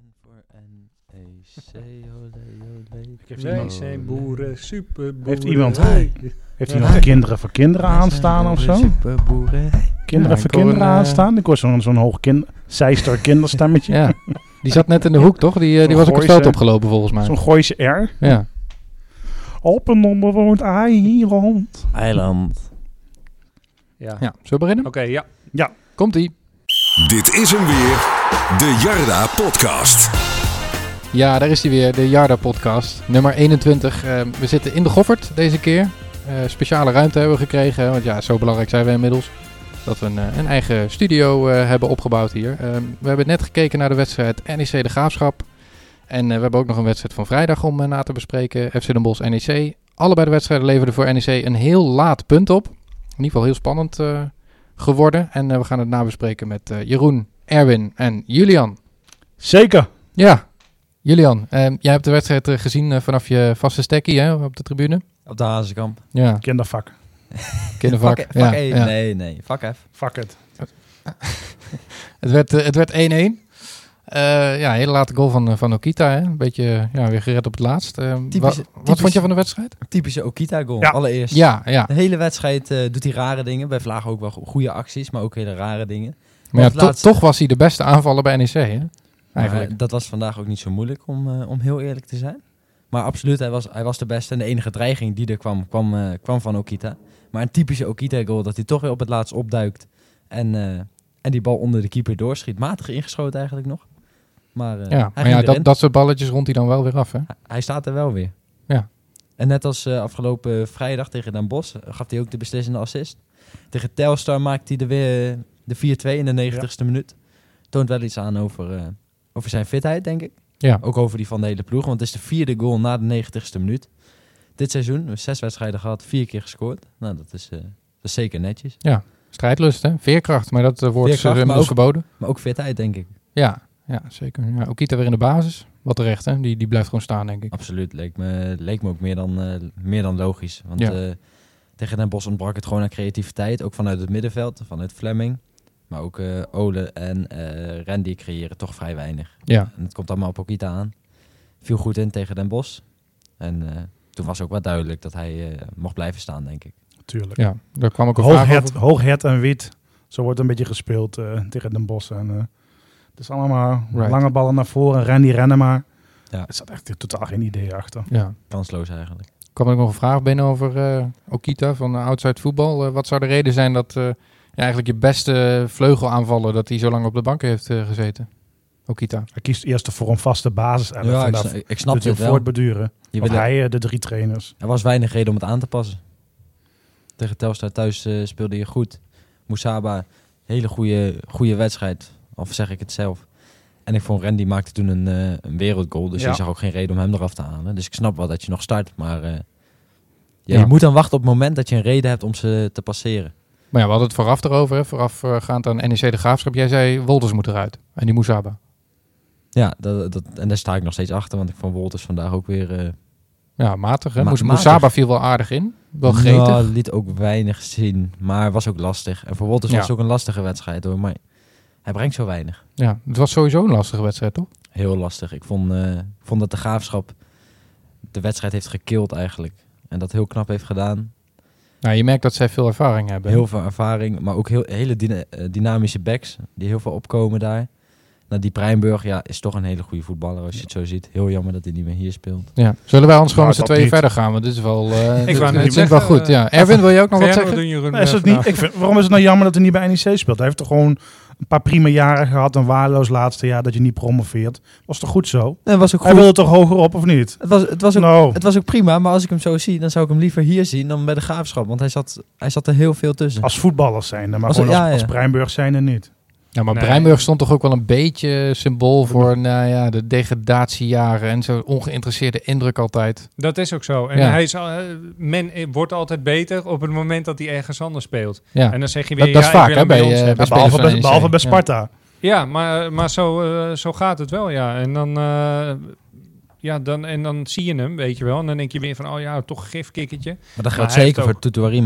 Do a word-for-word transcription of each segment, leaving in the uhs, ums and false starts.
voor N E C, olé, olé. Heeft Wij iemand, zijn boeren, superboeren. heeft iemand, Hey. heeft iemand kinderen voor kinderen aanstaan of zo? Superboeren. Kinderen Ja, voor ik hoor kinderen een, uh, aanstaan? Ik hoor zo'n zo'n hoog kind, zijster kinderstemmetje. Ja, die zat net in de hoek, toch? Die, uh, die Zo'n was ook het Gooise- veld opgelopen, volgens mij. Zo'n Gooise R. Ja. Op een onbewoond eiland. Eiland. Ja. ja, zullen we beginnen? Oké, ja. Komt-ie. Dit is hem weer, de Jarda Podcast. Ja, daar is hij weer, de Jarda-podcast, nummer eenentwintig. Uh, we zitten in de Goffert deze keer. Uh, speciale ruimte hebben we gekregen, hè, want ja, zo belangrijk zijn we inmiddels. Dat we een, uh, een eigen studio uh, hebben opgebouwd hier. Uh, we hebben net gekeken naar de wedstrijd N E C De Graafschap. En uh, we hebben ook nog een wedstrijd van vrijdag om uh, na te bespreken. F C Den Bosch N E C. Allebei de wedstrijden leverden voor N E C een heel laat punt op. In ieder geval heel spannend uh, geworden. En uh, we gaan het nabespreken met uh, Jeroen, Erwin en Julian. Zeker. Ja, Julian, uh, jij hebt de wedstrijd uh, gezien uh, vanaf je vaste stekkie hè, op de tribune. Op de Hazenkamp. Ja, Kindervak. kindervak. Vak, ja, vak één. ja. Nee, nee. Vak F. Fuck it. Het werd, uh, het werd één-één. Uh, ja, een hele late goal van, uh, van Okita. Hè? Een beetje uh, ja, weer gered op het laatst. Uh, Typische- wa- wat typisch- vond je van de wedstrijd? Typische Okita goal. Ja. Allereerst. Ja, ja. De hele wedstrijd uh, doet hij rare dingen. Bij Vlagen ook wel go- goede acties, maar ook hele rare dingen. Maar ja, het to- laatste- toch was hij de beste aanvaller bij N E C, hè? Eigenlijk. Maar dat was vandaag ook niet zo moeilijk, om, uh, om heel eerlijk te zijn. Maar absoluut, hij was, hij was de beste. En de enige dreiging die er kwam, kwam, uh, kwam van Okita. Maar een typische Okita-goal, dat hij toch weer op het laatst opduikt. En, uh, en die bal onder de keeper doorschiet. Matig ingeschoten eigenlijk nog. Maar, uh, ja, hij maar ging ja, erin. dat, dat soort balletjes rond hij dan wel weer af, hè? Hij- Hij staat er wel weer. Ja. En net als uh, afgelopen vrijdag tegen Den Bosch uh, gaf hij ook de beslissende assist. Tegen Telstar maakt hij de, weer, de vier-twee in de negentigste minuut. Toont wel iets aan over, uh, over zijn fitheid, denk ik. Ja. Ook over die van de hele ploeg, want het is de vierde goal na de negentigste minuut. Dit seizoen, we hebben zes wedstrijden gehad, vier keer gescoord. Nou, dat is, uh, dat is zeker netjes. Strijdlust, hè? Veerkracht, maar dat uh, woord is Veerkracht, uh, inmiddels maar verboden. Maar ook fitheid, denk ik. Ja, ja zeker. Ja, Okita weer in de basis. Wat terecht, hè? Die, die blijft gewoon staan, denk ik. Absoluut, leek me, leek me ook meer dan, uh, meer dan logisch. Want Ja. uh, tegen Den Bosch ontbrak het gewoon aan creativiteit. Ook vanuit het middenveld, vanuit Fleming. Maar ook uh, Ole en uh, Randy creëren toch vrij weinig. Ja, En het komt allemaal op Okita aan. Viel goed in tegen Den Bosch. En uh, toen was ook wel duidelijk dat hij uh, mocht blijven staan, denk ik. Tuurlijk. ja. Daar kwam ook een Hoog vraag het, over. hoog het en wit. Zo wordt een beetje gespeeld uh, tegen Den Bosch. En, uh, het is allemaal Right. lange ballen naar voren. Randy rennen maar. Ja. Er zat echt totaal geen idee achter. Ja. Kansloos eigenlijk. Er kwam ook nog een vraag binnen over uh, Okita van uh, Outside Voetbal. Uh, wat zou de reden zijn dat uh, ja, eigenlijk je beste vleugelaanvaller, dat hij zo lang op de bank heeft uh, gezeten? Okita. Hij kiest eerst voor een vaste basis. En Ja, ja, ik, daar sna- ik snap doet hij het wel. voortbeduren. Je Of wil- hij, uh, de drie trainers. Er was weinig reden om het aan te passen. Tegen Telstar thuis uh, speelde je goed. Moussaba, hele goede, goede wedstrijd. Of zeg ik het zelf. En ik vond Randy maakte toen een, uh, een wereldgoal. Dus Ja. je zag ook geen reden om hem eraf te halen. Dus ik snap wel dat je nog start. Maar uh, ja, Ja. je moet dan wachten op het moment dat je een reden hebt om ze te passeren. Maar ja, we hadden het vooraf erover, hè? Voorafgaand aan N E C De Graafschap. Jij zei Wolders moet eruit. En die Moussaba. Ja, dat, dat, en daar sta ik nog steeds achter. Want ik vond Wolters vandaag ook weer... Uh, Ja, matig. Hè? Ma- Mous- matig. Moussaba viel wel aardig in. Wel gretig. nou, liet ook weinig zien. Maar was ook lastig. En voor Wolters Ja. was het ook een lastige wedstrijd hoor. Maar hij brengt zo weinig. Ja, het was sowieso een lastige wedstrijd, toch? Heel lastig. Ik vond, uh, ik vond dat de Graafschap de wedstrijd heeft gekild eigenlijk. En dat heel knap heeft gedaan. Nou, je merkt dat zij veel ervaring hebben. Heel veel ervaring, maar ook heel, hele dyna- uh, dynamische backs die heel veel opkomen daar. Nou, die Prijnburg ja, is toch een hele goede voetballer als je het zo ziet. Heel jammer dat hij niet meer hier speelt. Ja. Zullen wij ons gewoon met Nou, z'n dat tweeën niet. verder gaan? Want dit is wel, uh, dit, wou net dit is zeggen, wel goed. Ja. uh, Erwin, wil je ook nog Ga wat jij nog zeggen? doen, Jeroen? Nee, is eh, het niet, vandaag? ik vind, waarom is het nou jammer dat hij niet bij N E C speelt? Hij heeft toch gewoon een paar prima jaren gehad. Een waardeloos laatste jaar dat je niet promoveert. Was toch goed zo? Het was ook Hij wilde toch hoger op of niet? Het was, het, was ook, Nou, het was ook prima, maar als ik hem zo zie, dan zou ik hem liever hier zien dan bij de Graafschap. Want hij zat, hij zat er heel veel tussen. als voetballers zijnde, maar Als- gewoon ja, als, ja. als Prijnburg zijnde niet. Ja, maar Nee. Breinburg stond toch ook wel een beetje symbool voor nou ja, de degradatiejaren en zo'n ongeïnteresseerde indruk altijd. Dat is ook zo. En Ja. hij is al, eh, men eh, wordt altijd beter op het moment dat hij ergens anders speelt. Ja. En dan zeg je weer, Dat, dat ja, is ik vaak wil hè, hem bij, ons eh, hebben. bij Behalve, spelers bij, van N E C. behalve bij Ja. Sparta. Ja, maar, maar zo, eh, zo gaat het wel, ja. En dan, eh, ja, dan, en dan zie je hem, weet je wel. En dan denk je weer van, oh ja, toch een gifkikkertje. Maar dat geldt hij heeft zeker voor ook- Tutuarima.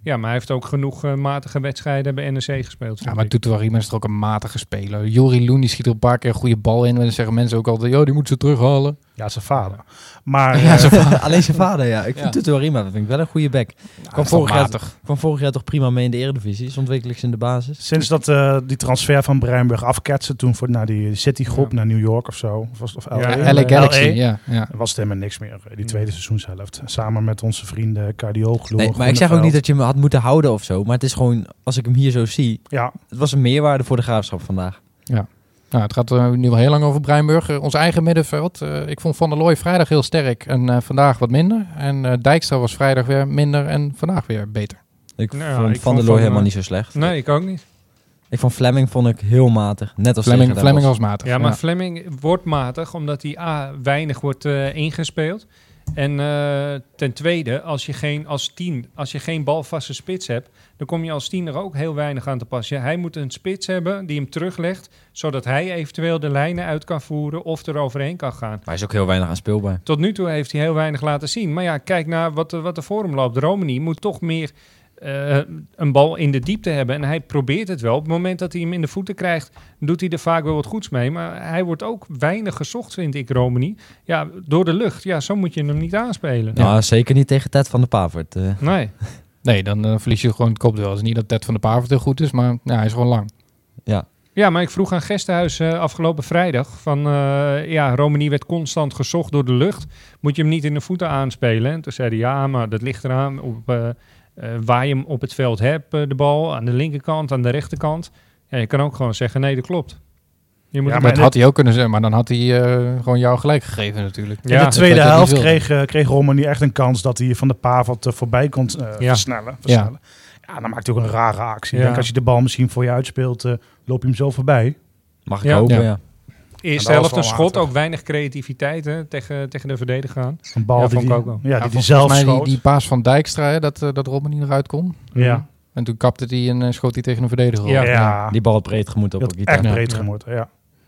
Ja, maar hij heeft ook genoeg uh, matige wedstrijden bij N E C gespeeld. Ja, maar Tutuarima is toch ook een matige speler. Jori Loen die schiet er een paar keer een goede bal in. En dan zeggen mensen ook altijd, joh, die moet ze terughalen. Ja, zijn vader. Maar Ja, uh, zijn vader. Alleen zijn vader, ja. Ik Ja. vind Tutuarima, dat vind ik wel een goede back. Ja, Kwam vorig, jaar, kwam vorig jaar toch prima mee in de Eredivisie. Is ontwikkelingsins in de basis. sinds dat uh, die transfer van Breinburg afketste toen voor naar die Citygroep, Ja. naar New York of zo. Of, was het, of L A? Ja, L A Galaxy, L A. ja. ja. Was het helemaal niks meer, die tweede seizoenshelft. Samen met onze vrienden Cardioglu. Nee, maar ik zeg ook niet dat je hem had moeten houden of zo. Maar het is gewoon, als ik hem hier zo zie... Ja, Het was een meerwaarde voor de Graafschap vandaag. Nou, het gaat uh, nu al heel lang over Breinburg. Uh, ons eigen middenveld. Uh, ik vond Van der Looy vrijdag heel sterk en uh, vandaag wat minder. En uh, Dijkstra was vrijdag weer minder en vandaag weer beter. Ik Nou ja, vond ik Van vond der Looy Van, helemaal uh, niet zo slecht. Nee, ik ook niet. Ik vond Fleming vond ik heel matig. Net als Fleming, tegen Fleming Den was matig. Ja, maar Fleming wordt matig omdat hij A, weinig wordt uh, ingespeeld. En uh, ten tweede, als je geen, als tien, als je geen balvaste spits hebt, dan kom je als tien er ook heel weinig aan te passen. Hij moet een spits hebben die hem teruglegt, zodat hij eventueel de lijnen uit kan voeren of er overheen kan gaan. Maar hij is ook heel weinig aan speelbaar. Tot nu toe heeft hij heel weinig laten zien. Maar ja, kijk naar wat, wat er voor hem loopt. Romani moet toch meer uh, een bal in de diepte hebben. En hij probeert het wel. Op het moment dat hij hem in de voeten krijgt, doet hij er vaak wel wat goeds mee. Maar hij wordt ook weinig gezocht, vind ik, Romani. Ja, door de lucht. Ja, zo moet je hem niet aanspelen. Nou, zeker niet tegen Ted van der Pavert. Uh. Nee. Nee, dan uh, verlies je gewoon het kopduel. Het is niet dat Ted van der Pavert heel goed is, maar ja, hij is gewoon lang. Ja. Ja, maar ik vroeg aan Gestenhuis uh, afgelopen vrijdag van, uh, ja, Romani werd constant gezocht door de lucht. Moet je hem niet in de voeten aanspelen? En toen zei hij, ja, maar dat ligt eraan op uh, uh, waar je hem op het veld hebt, uh, de bal. Aan de linkerkant, aan de rechterkant. Ja, je kan ook gewoon zeggen, nee, dat klopt. Je moet Ja, het maar Dat had hij ook kunnen zeggen, maar dan had hij uh, gewoon jou gelijk gegeven natuurlijk. in Ja, de tweede dat hij helft niet wilde. kreeg, uh, kreeg Romani echt een kans dat hij van de Pavelt uh, voorbij kon uh, Ja. versnellen. versnellen. Ja. dan maakt hij ook een rare actie. Ik Ja. denk als je de bal misschien voor je uitspeelt, uh, loop je hem zo voorbij. Mag ik Ja. hopen, Ja. ja. Eerst dat was helft een wel schot, aardig. ook weinig creativiteit hè, tegen, tegen de verdediger aan. Een bal Ja, die, vond ik die, ook wel. ja, Ja, die, die volgens zelf mij die, schoot. die paas van Dijkstra, hè, dat, uh, dat Romani eruit kon. ja. En toen kapte hij en uh, schoot hij tegen een verdediger. Ja. op. Ja. Die bal had breed gemoet op Die had Okita. echt Ja. breed Ja. gemoeten, ja.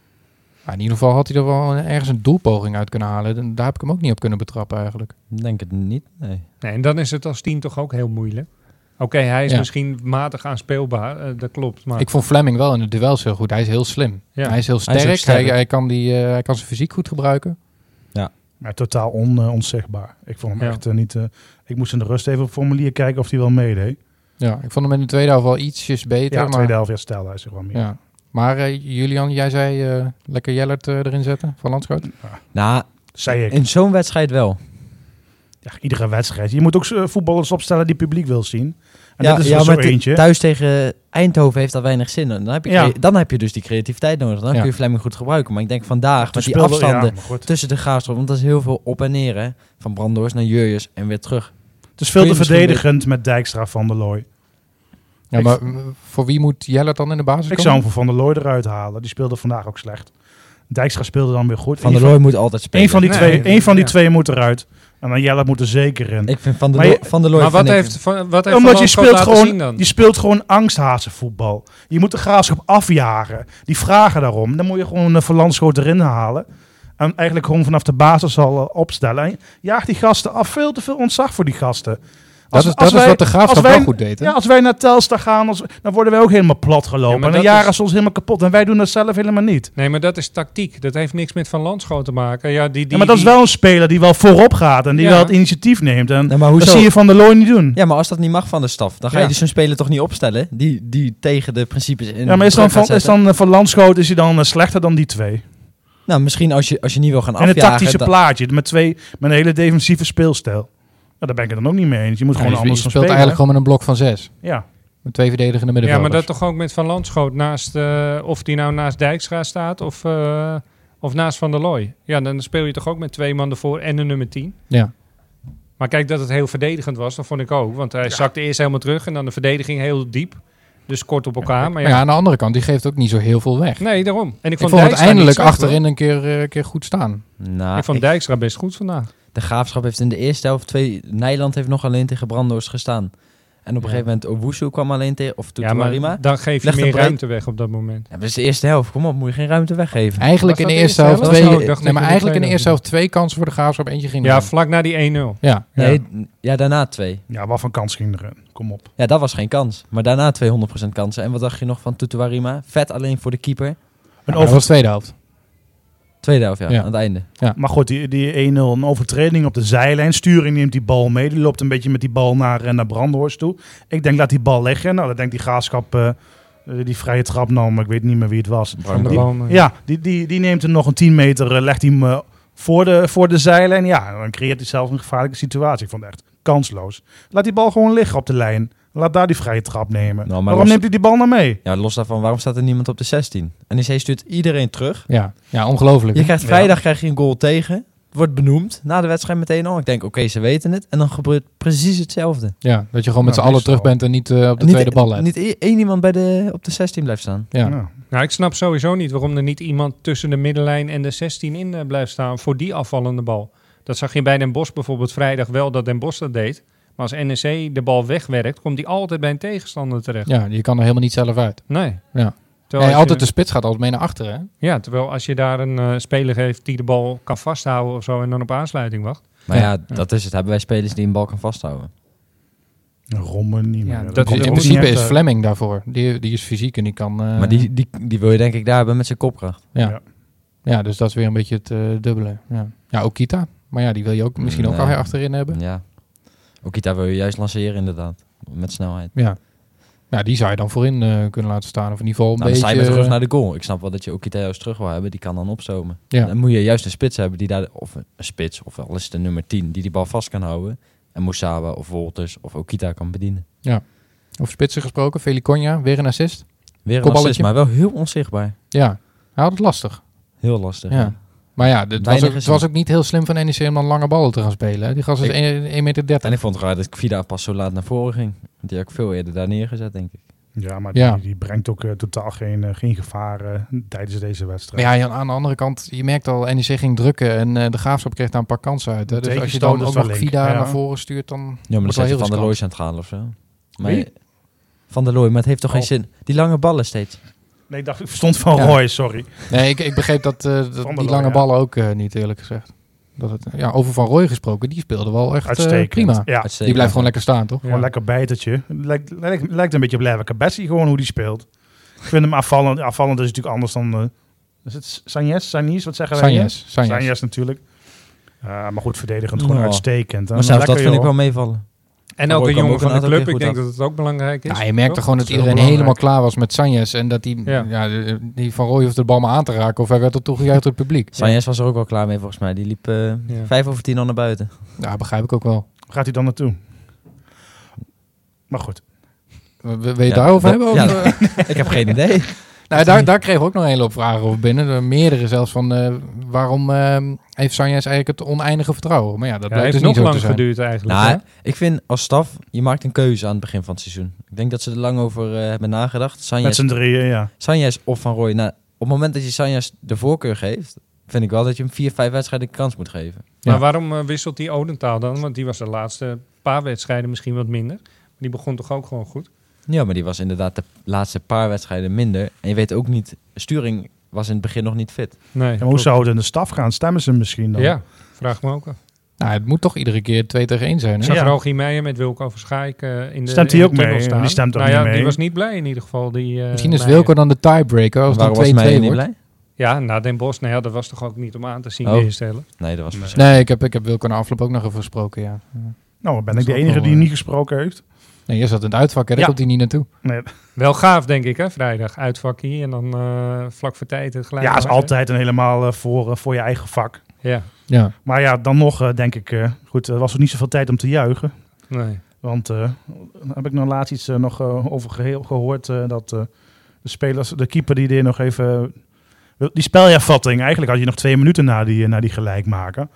Ja, in ieder geval had hij er wel een- ergens een doelpoging uit kunnen halen. En daar heb ik hem ook niet op kunnen betrappen eigenlijk. Denk het niet, nee. Nee, en dan is het als tien toch ook heel moeilijk. Oké, okay, hij is Ja. misschien matig aanspeelbaar, uh, dat klopt. Maar Ik vond Fleming wel in de duels heel goed. Hij is heel slim. Ja. Hij is heel Hij is sterk. ook sterk. Hij, hij, kan die, uh, hij kan zijn fysiek goed gebruiken. Maar totaal on, uh, onzichtbaar. Ik vond hem Ja. echt uh, niet... Uh, ik moest in de rust even op het formulier kijken of hij wel meedeed. Ja, ik vond hem in de tweede helft wel ietsjes beter. Ja, maar, tweede helft, ja, stelde hij zich wel meer. ja. Maar uh, Julian, jij zei uh, lekker Jellert uh, erin zetten van Landschoot. Nou, Zei ik. in zo'n wedstrijd wel. Ja, iedere wedstrijd. Je moet ook uh, voetballers opstellen die publiek wil zien. En ja, dit is ja, er zo maar te- eentje. thuis tegen Eindhoven heeft dat weinig zin. Dan heb je, Ja. crea- dan heb je dus die creativiteit nodig. Dan Ja. kun je Fleming goed gebruiken. Maar ik denk vandaag, Toen met die speelde- afstanden ja, maar goed. tussen de Graafschap, want dat is heel veel op en neer, hè. Van Brandhorst naar Jurjes en weer terug. Het is veel kun te je misschien verdedigend met Dijkstra van der Looy. Ja, Ik- maar uh, voor wie moet Jellert dan in de basis Ik komen? zou hem voor Van der Looy eruit halen. Die speelde vandaag ook slecht. Dijkstra speelde dan weer goed. Van Eén der Looy moet altijd spelen. Een van die, Nee, twee, nee, één van die ja. twee moet eruit. En dan Jelle moet er zeker in. Ik vind Van der Maar Looy... je- Van der Looy maar wat vind ik- heeft, van, wat heeft Omdat Van je Landschoot speelt, laten gewoon, zien dan? je speelt gewoon angsthazenvoetbal. Je moet de Graafschap afjagen. Die vragen daarom. Dan moet je gewoon een Van Landschoot erin halen. En eigenlijk gewoon vanaf de basis al uh, opstellen. En jaag die gasten af. Veel te veel ontzag voor die gasten. Dat is, dat is wij- wat de Graafschap als wij- wel goed deed. Hè? Ja, als wij naar Telstar gaan, als, dan worden wij ook helemaal plat gelopen. Ja, maar en dan dat jagen is- ze ons helemaal kapot. En wij doen dat zelf helemaal niet. Nee, maar dat is tactiek. Dat heeft niks met Van Landschoot te maken. Ja, die, die, Ja, maar dat is die- wel een speler die wel voorop gaat. En die Ja. wel het initiatief neemt. En Nee, maar dat hoezo? zie je Van der Looy niet doen. Ja, maar als dat niet mag van de staf, dan ga je Ja. dus zo'n speler toch niet opstellen die, die tegen de principes in. Ja, maar is dan, druk gaat van, is zetten? dan uh, Van Landschoot is hij dan uh, slechter dan die twee? Nou, misschien als je, als je niet wil gaan En het afjagen... tactische dan- plaatje met twee met een hele defensieve speelstijl. Ja, daar ben ik het dan ook niet mee eens. Je moet Ja, gewoon je anders je gaan speelt spelen. eigenlijk gewoon met een blok van zes. Ja. Met twee verdedigende Ja, middenvelders. maar dat toch ook met Van Landschoot naast... Uh, of die nou naast Dijkstra staat of, uh, of naast Van der Looy. Ja, dan speel je toch ook met twee man ervoor en een nummer tien. Ja. Maar kijk, dat het heel verdedigend was, dat vond ik ook. Want hij zakte eerst helemaal terug en dan de verdediging heel diep. Dus kort op elkaar. Maar Maar ja, ja, aan de andere kant, die geeft ook niet zo heel veel weg. nee, daarom. En ik Ik vond, vond het Dijkstra eindelijk niet slecht, achterin een keer, uh, een keer goed staan. Nou, hoor. Ik vond ik- Dijkstra best goed vandaag. de Graafschap heeft in de eerste helft twee... Nijland heeft nog alleen tegen Brandhorst gestaan. En op een Ja. gegeven moment Owusu kwam alleen tegen, of Ja, maar Tutuarima. dan geef je Leg de meer breed- ruimte weg op dat moment. Ja, dat is de eerste helft. Kom op, moet je geen ruimte weggeven. Eigenlijk Was in de dat eerste de helft eerste twee... helft? Oh, ik dacht nee, dat maar je de eigenlijk in de tweede eerste helft twee kansen voor de Graafschap, eentje ging Ja, erin. vlak na die één nul. Ja, Nee, ja, daarna twee. Ja, wat voor kans ging erin? Kom op. Ja, dat was geen kans. Maar daarna tweehonderd procent kansen. En wat dacht je nog van Tutuarima? Vet alleen voor de keeper. Een maar dat over... was de tweede helft. Tweede helft, ja, Ja. aan het einde. Maar goed, die, die één nul, een overtreding op de zijlijn. Sturing neemt die bal mee. Die loopt een beetje met die bal naar, eh, naar Brandhorst toe. Ik denk, laat die bal liggen. Nou, dan denkt die Graafschap eh, eh, die vrije trap nam. Maar ik weet niet meer wie het was. Van de Die- bomen. Ja, die, die, die neemt hem nog een tien meter, eh, legt hij hem eh, voor, de, voor de zijlijn. Ja, dan creëert hij zelf een gevaarlijke situatie. Ik vond het echt kansloos. Laat die bal gewoon liggen op de lijn. Laat daar die vrije trap nemen. Nou, maar Waarom los- neemt hij die bal nou mee? Ja, los daarvan, waarom staat er niemand op de zestien? N E C stuurt iedereen terug. Ja, ja ongelooflijk. Je hè? krijgt vrijdag krijg je een goal tegen. Het wordt benoemd. Na de wedstrijd meteen al. Ik denk, oké, ze weten het. En dan gebeurt precies hetzelfde. Ja, dat je gewoon met Nou, z'n allen meestal. terug bent en niet eh, op de niet, tweede bal let. Niet e- één iemand bij de, op de zestien blijft staan. Ja. Ja. Nou, ik snap sowieso niet waarom er niet iemand tussen de middenlijn en de zestien in eh, blijft staan voor die afvallende bal. Dat zag je bij Den Bosch bijvoorbeeld vrijdag wel dat Den Bosch dat deed. Maar als N E C de bal wegwerkt, komt die altijd bij een tegenstander terecht. ja, je kan er helemaal niet zelf uit. Nee. Ja. Terwijl Nee, als je- altijd de spits gaat altijd mee naar achteren. Hè? Ja, terwijl als je daar een eh, speler heeft die de bal kan vasthouden of zo en dan op aansluiting wacht. Maar Ja. ja, dat is het. Hebben wij spelers die een bal kan vasthouden. Rommen niet meer. Ja, dat komt is In ook niet principe echt, is eh, Fleming daarvoor. Die, die is fysiek en die kan... eh, Maar die, die, die wil je denk ik daar hebben met zijn kopkracht. Ja. Ja. ja, dus dat is weer een beetje het eh, dubbele. Ja. ja, Okita. Maar ja, die wil je ook misschien ook Nee. al achterin hebben. Ja. Okita wil je juist lanceren inderdaad. Met snelheid. Ja. Ja, die zou je dan voorin eh, kunnen laten staan. Of in ieder geval een Nou, dan sta beetje... je met rug naar de goal. Ik snap wel dat je Okita juist terug wil hebben. Die kan dan opstomen. Ja. Dan moet je juist een spits hebben die daar... Of een spits, of wel eens de nummer tien. Die die bal vast kan houden. En Moussawa of Wolters of Okita kan bedienen. Over spitsen gesproken. Feliconia, weer een assist. Weer een Kopballetje. assist, maar wel heel onzichtbaar. Ja, hij had het lastig. Heel lastig. Ja. Maar ja, het was, Weinig ook, het gezien. was ook niet heel slim van N E C om dan lange ballen te gaan spelen. hè. Die gast is Ik- één meter dertig. En ik vond het raar dat Kvida pas zo laat naar voren ging. Want die had ik veel eerder daar neergezet, denk ik. Ja, maar Ja. Die, die brengt ook eh, totaal geen, eh, geen gevaar eh, tijdens deze Maar wedstrijd. ja, Jan, aan de andere kant, je merkt al, N E C ging drukken en eh, de Graafschap kreeg daar een paar kansen uit. Hè. De Dus als je dan ook tegenstander nog is wel Vida link, ja. naar voren stuurt, dan Ja, maar wordt dan wel zet je heel Van der riskant. Looy aan het gaan of zo. Maar Wie? Van der Looy, maar het heeft toch Oh. geen zin. Die lange ballen steeds. Nee, ik dacht, ik verstond Van Ja. Roy, sorry. Nee, ik, ik begreep dat, eh, dat Van der die Looy, lange ja. ballen ook eh, niet, eerlijk gezegd. Dat het, ja, over Van Rooij gesproken, die speelde wel echt eh, Uitstekend. prima. Ja, Uitstekend. Die blijft gewoon lekker staan, toch? gewoon lekker bijtertje. Lijkt, lijkt, lijkt een beetje op Leveke Bessie, gewoon hoe die speelt. Ik vind hem afvallend. Afvallend is natuurlijk anders dan... eh, is het Sanjes? Sanjes? Wat zeggen wij? Sanjes. Sanjes. Sanjes natuurlijk. Uh, maar goed, verdedigend gewoon Ja. uitstekend. Maar zelfs dat Lekker, vind ik joh. wel meevallen. En Roy elke kwam jongen ook van een de aantal club, keer ik goed denk af. dat het ook belangrijk is. Ja, je merkte toch? gewoon dat Dat is heel iedereen belangrijk. helemaal klaar was met Sanjes. En dat die, Ja. ja. de- die Van Rooij hoefde de bal maar aan te raken. Of hij werd er toegejuicht door het publiek. Sanjes was er ook wel klaar mee volgens mij. Die liep eh, Ja. vijf over tien al naar buiten. Ja, begrijp ik ook wel. Waar gaat hij dan naartoe? Maar goed. We- Wil je het Ja, daarover dat- hebben? ja. Of, eh? Ik heb geen idee. nou, daar, daar kregen we ook nog een hele hoop vragen over binnen. Er meerdere zelfs van eh, waarom eh, heeft Sanjes eigenlijk het oneindige vertrouwen? Maar ja, dat Ja, blijkt heeft dus niet nog zo te lang zijn. geduurd eigenlijk. Nou, hè? ik vind als staf, je maakt een keuze aan het begin van het seizoen. Ik denk dat ze er lang over eh, hebben nagedacht. Met Sanjes, z'n drieën, ja. Sanjes of Van Rooij. Nou, op het moment dat je Sanjes de voorkeur geeft, vind ik wel dat je hem vier, vijf wedstrijden de kans moet geven. Ja. Maar waarom eh, wisselt die Odentaal dan? Want die was de laatste paar wedstrijden misschien wat minder. Maar die begon toch ook gewoon goed? Ja, maar die was inderdaad de laatste paar wedstrijden minder. En je weet ook niet, Sturing was in het begin nog niet fit. Nee. En hoe zou het in de staf gaan? Stemmen ze misschien dan? Ja, vraag me ook af. Nou, het moet toch iedere keer twee tegen één zijn. Ik Hè? zag Ja. Rogier Meijer met Wilco Verschaik eh in de Stemt in hij de ook mee? tunnel staan. Die stemt toch nou ja, niet mee? Die was niet blij in ieder geval. Die, eh, Misschien is Meijer. Wilco dan de tiebreaker als het dan Waarom was twee mij twee niet wordt. blij? Ja, na Den Bosch, nou ja, dat was toch ook niet om aan te zien Oh. de eerste helft. Nee, dat was Nee. verschrikkelijk. Nee, ik heb, ik heb Wilco na afloop ook nog even gesproken, ja. Nou, ben Dat ik is de ook enige wel, die eh, niet gesproken heeft? Nee, je zat in het uitvak, hè? Daar Ja. komt hij niet naartoe. Nee. Wel gaaf, denk ik, hè, vrijdag. Uitvak hier en dan eh, vlak voor tijd het gelijk. Ja, is maken. altijd een helemaal eh, voor, eh, voor je eigen vak. Ja, Ja. Maar ja, dan nog eh, denk ik... eh, goed, er was ook niet zoveel tijd om te juichen. nee. Want eh, daar heb ik nog laatst iets eh, nog eh, over geheel, gehoord. eh, dat eh, de spelers, de keeper die deed nog even... die spelhervatting, eigenlijk had je nog twee minuten na die, na die gelijkmaker.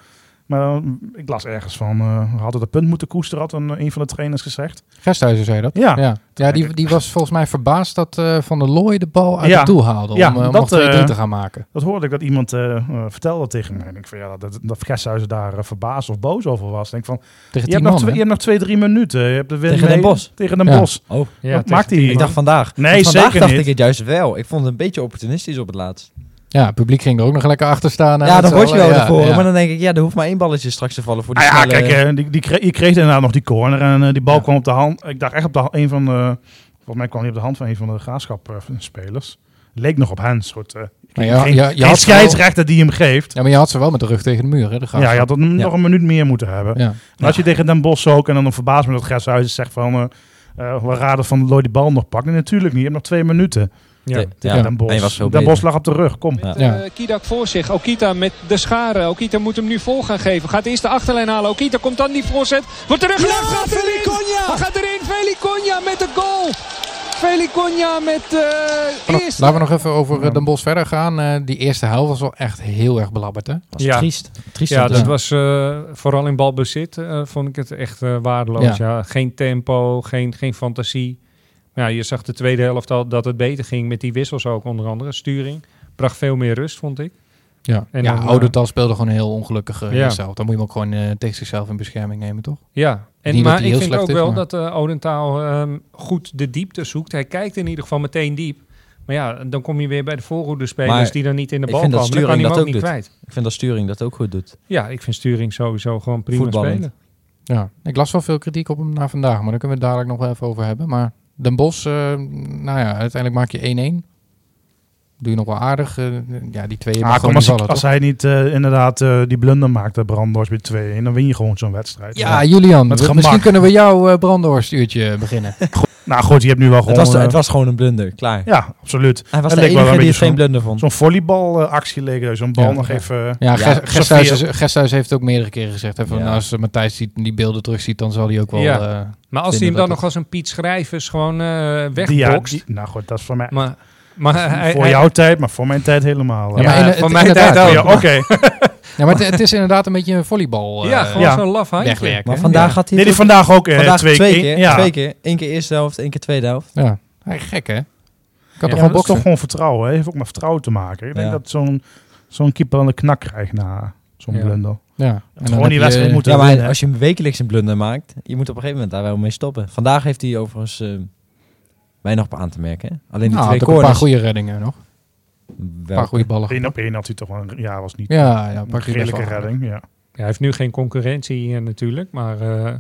Maar uh, ik las ergens van, uh, we hadden dat punt moeten koesteren, had een, een van de trainers gezegd. Gesthuizen zei dat. Ja. Ja, ja die, die was volgens mij verbaasd dat uh, Van der Looy de bal uit Ja. het doel haalde. Ja, om, uh, om dat, nog twee drie uh, te gaan maken. Dat hoorde ik dat iemand uh, uh, vertelde tegen mij. En ik van, ja, dat, dat Gesthuizen daar uh, verbaasd of boos over was. Ik denk van, Tegen je hebt, tien nog man, twee, je hebt nog twee, drie minuten. Je hebt de win Tegen Den mee- Bosch. Tegen Den Ja. Bosch. Oh, Ja, Wat tegen maakt hij? tien ik man. dacht vandaag. Nee, Want vandaag zeker dacht niet. ik het juist wel. Ik vond het een beetje opportunistisch op het laatst. Ja, het publiek ging er ook nog lekker achter staan. uh, Ja, met dan z'n word je wel allen. ervoor. Ja, ja. Maar dan denk ik, ja, er hoeft maar één balletje straks te vallen voor die Ah ja, snelle... kijk, uh, die, die kreeg, je kreeg inderdaad nog die corner. En uh, die bal Ja. kwam op de hand. Ik dacht echt op de hand. Een van de, volgens mij kwam die op de hand van een van de Graafschap-spelers. Leek nog op hen. Soort, uh, Maar ja, geen ja, je geen had ze wel- scheidsrechter die hem geeft. Ja, maar je had ze wel met de rug tegen de muur, hè? De Ja, je had er nog Ja. een minuut meer moeten hebben. Ja. En als je tegen Den Bosch ook, en dan verbaast me dat Gesthuizen zegt van, uh, uh, we raden van Looy die bal nog pakt. Nee, natuurlijk niet. Je hebt nog twee minuten Ja. Te- tegen ja. Den Bosch. En je was veel Den beter. Bosch lag op de rug, kom. Ja. Met Ja. uh, Kidak voor zich. Okita met de scharen. Okita moet hem nu vol gaan geven. Gaat eerst de achterlijn halen. Okita komt dan die voorzet. Wordt teruggelegd. Ja, gaat erin. Feliconia! Hij gaat erin. Feliconia met de goal. Feliconia met uh, Nog- eerste. Laten we nog even over uh, Den Bosch verder gaan. Uh, die eerste helft was wel echt heel erg belabberd, hè? was Ja. triest. Triest Ja, om te dat zien. was uh, vooral in balbezit uh, vond ik het echt uh, waardeloos. Ja. Ja. Geen tempo, geen, geen fantasie. Ja, je zag de tweede helft al dat het beter ging met die wissels ook onder andere. Sturing bracht veel meer rust, vond ik. Ja, En ja dan, Oudetal speelde gewoon een heel ongelukkig uh, Ja. eerste helft. Dan moet je hem ook gewoon uh, tegen zichzelf in bescherming nemen, toch? Ja, en, Niet dat maar hij ik heel vind slecht ook is, wel maar- dat uh, Odendaal um, goed de diepte zoekt. Hij kijkt in ieder geval meteen diep. Maar ja, dan kom je weer bij de voorhoedespelers Maar die dan niet in de ik bal vind dat komen. Dan kan hij Sturing hem ook dat niet ook kwijt. Ik vind dat Sturing dat ook goed doet. Ja, ik vind Sturing sowieso gewoon prima Voetballend. spelen. Ja, ik las wel veel kritiek op hem na vandaag, maar daar kunnen we het dadelijk nog wel even over hebben. Maar Den Bosch, uh, nou ja, uiteindelijk maak je één-één. Doe je nog wel aardig. Uh, ja, die twee Ah, mag kom, gewoon als, niet ik- vallen, als toch? hij niet uh, inderdaad uh, die blunder maakt, de Brandhorst bij twee-één, dan win je gewoon zo'n wedstrijd. Ja, Julian, Met we- gemak. misschien kunnen we jouw uh, Brandhorst-uurtje beginnen. Nou goed, je hebt nu wel Het gewoon... was, uh, het was gewoon een blunder, klaar. ja, absoluut. Hij was Het de leek wel enige een die beetje het geen blunder vond. Zo'n volleybalactie leek er. Zo'n bal Ja. nog even... Ja, Ja, Gest- Sofia- Gesthuis, is- Gesthuis heeft ook meerdere keren gezegd. Hè, van, Ja. Als uh, Matthijs die, die beelden terugziet, dan zal hij ook wel... Ja. uh, Maar als Vinden hij hem dat dan het- nog als een Piet Schrijvers gewoon uh, die, ja, wegbokst. die- nou goed, dat is voor mij... Maar, maar hij, voor hij- jouw tijd, maar voor mijn tijd helemaal. Ja, Ja, maar in- ja, het- van mijn inderdaad, tijd ook. ja, oké. Ja, maar het, het is inderdaad een beetje een volleybal uh, ja, gewoon ja. zo'n laf handje. wegwerken. Maar hè? vandaag ja. had hij Nee, die het ook- vandaag ook uh, vandaag twee, twee keer. keer. Ja. Twee keer. Eén keer eerste helft, één keer tweede helft. Ja, Hey, gek hè? Ik had Ja, toch wel dat is toch boksen. gewoon vertrouwen. Hè? Heeft ook met vertrouwen te maken. Ik denk Ja. dat zo'n zo'n keeper wel een knak krijgt na zo'n Ja. blunder. Ja. En Het dan gewoon heb die je- wedstrijd moeten Ja, maar winnen. als je hem wekelijks een blunder maakt, je moet op een gegeven moment daar wel mee stoppen. Vandaag heeft hij overigens uh, weinig op aan te merken. Hè? Alleen die Nou, twee had ook een paar corners. goede reddingen nog. Een paar goede ballen. Eén op één had hij toch wel een... Ja, was niet Ja, ja, een een paar keer best redelijke wel redding. Ja. Ja, hij heeft nu geen concurrentie uh, natuurlijk, maar uh,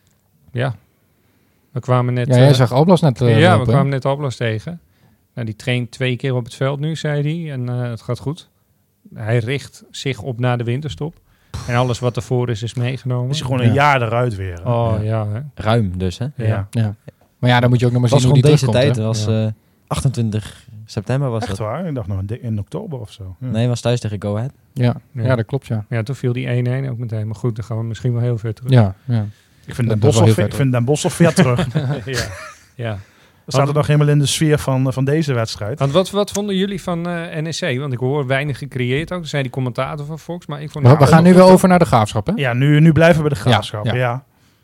ja. We kwamen net... Ja, jij uh, zag Alblas net uh, ja, we lopen. kwamen net Ablas tegen. Nou, die traint twee keer op het veld nu, zei hij. En uh, het gaat goed. Hij richt zich op na de winterstop. En alles wat ervoor is, is meegenomen. Is hij gewoon Ja. een jaar eruit weer. hè? Oh Ja. ja, hè. Ruim dus, hè? Ja. Ja. Ja. Maar ja, dan moet je ook nog maar Het was zien hoe gewoon die deze terugkomt. tijd. hè? Het was uh, achtentwintig september was Echt dat. waar? Ik dacht nog in, in oktober of zo. Ja. Nee, was thuis tegen Go Ahead. Ja. Ja. Ja, dat klopt, ja. Ja, toen viel die één-één ook meteen. Maar goed, dan gaan we misschien wel heel ver terug. Ja, ja. Ik vind Dat Den is Bosch wel al heel ver- vet, ik vind Den Bosch al ver terug. ja. ja. We zaten nog helemaal in de sfeer van, van deze wedstrijd. Want wat, wat vonden jullie van uh, N E C? Want ik hoor weinig gecreëerd ook. Dat zei die commentator van Fox. Maar ik vond We, het we gaan nu goed. wel over naar de Graafschap, hè? Ja, nu, nu blijven we bij de Graafschap. Ja, Ja, ja.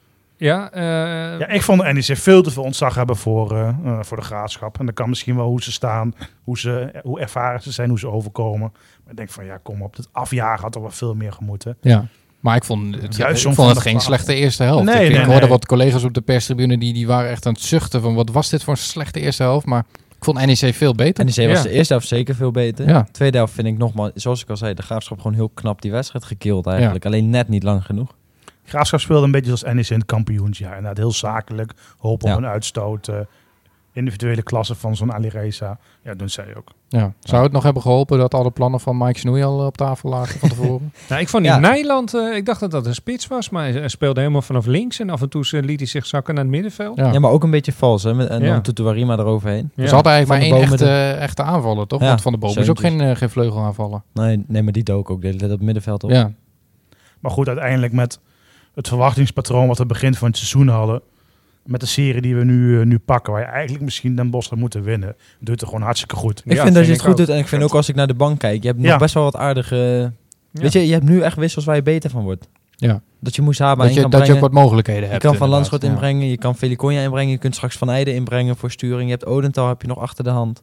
ja. Ja, uh, Ja, ik vond de N E C veel te veel ontzag hebben voor, uh, uh, voor de Graafschap. En dat kan misschien wel hoe ze staan, hoe, ze, hoe ervaren ze zijn, hoe ze overkomen. Maar ik denk van, ja, kom op. Het afjagen had er wel veel meer gemoeten. Ja. Maar ik vond het, Juist ik zo'n vond het van de geen twaalf. slechte eerste helft. Nee, ik, ik nee, hoorde nee. wat collega's op de perstribune die, die waren echt aan het zuchten van wat was dit voor een slechte eerste helft. Maar ik vond N E C veel beter. N E C was Ja. de eerste helft zeker veel beter. Ja. Tweede helft vind ik nogmaals, zoals ik al zei, de Graafschap gewoon heel knap die wedstrijd gekild eigenlijk. Alleen net niet lang genoeg. Graafschap speelde een beetje zoals N E C in het kampioensjaar. Inderdaad, heel zakelijk. Hoop op Ja. een uitstoot. uh, individuele klasse van zo'n Ali Reza. Ja, doen zij ook. Ja. Zou het nog hebben geholpen dat alle plannen van Mike Snoei al op tafel lagen van tevoren? nou, ik vond in Ja. Nijland, uh, ik dacht dat dat een spits was. Maar hij speelde helemaal vanaf links. En af en toe uh, liet hij zich zakken naar het middenveld. Ja. Ja, maar ook een beetje vals, hè? Met, en Ja. dan Tutuarima eroverheen. Ja. Ze hadden eigenlijk Van maar de één Bomen echte, echte aanvaller, toch? Ja, Want Van de Bomen is ook Zeuntjes. geen, uh, geen vleugel aanvallen. Nee, nee, maar die dook ook de hele tijd op het middenveld op. Ja. Maar goed, uiteindelijk met het verwachtingspatroon wat we begin van het seizoen hadden. Met de serie die we nu, uh, nu pakken. Waar je eigenlijk misschien Den Bosch had moeten winnen. Doet het gewoon hartstikke goed. Ik Ja, vind dat je vind het ik goed ook. doet. En ik vind ook als ik naar de bank kijk, je hebt Ja. nog best wel wat aardige... Ja. Weet je, je hebt nu echt wissels waar je beter van wordt. Ja. Dat je Moesaba Dat in je, kan dat je brengen. ook wat mogelijkheden Je hebt. kan Van inderdaad. Landschot Ja. inbrengen, je kan Velikonja inbrengen, je kunt straks Van Eijden inbrengen voor sturing. Je hebt Odenthal, heb je nog achter de hand.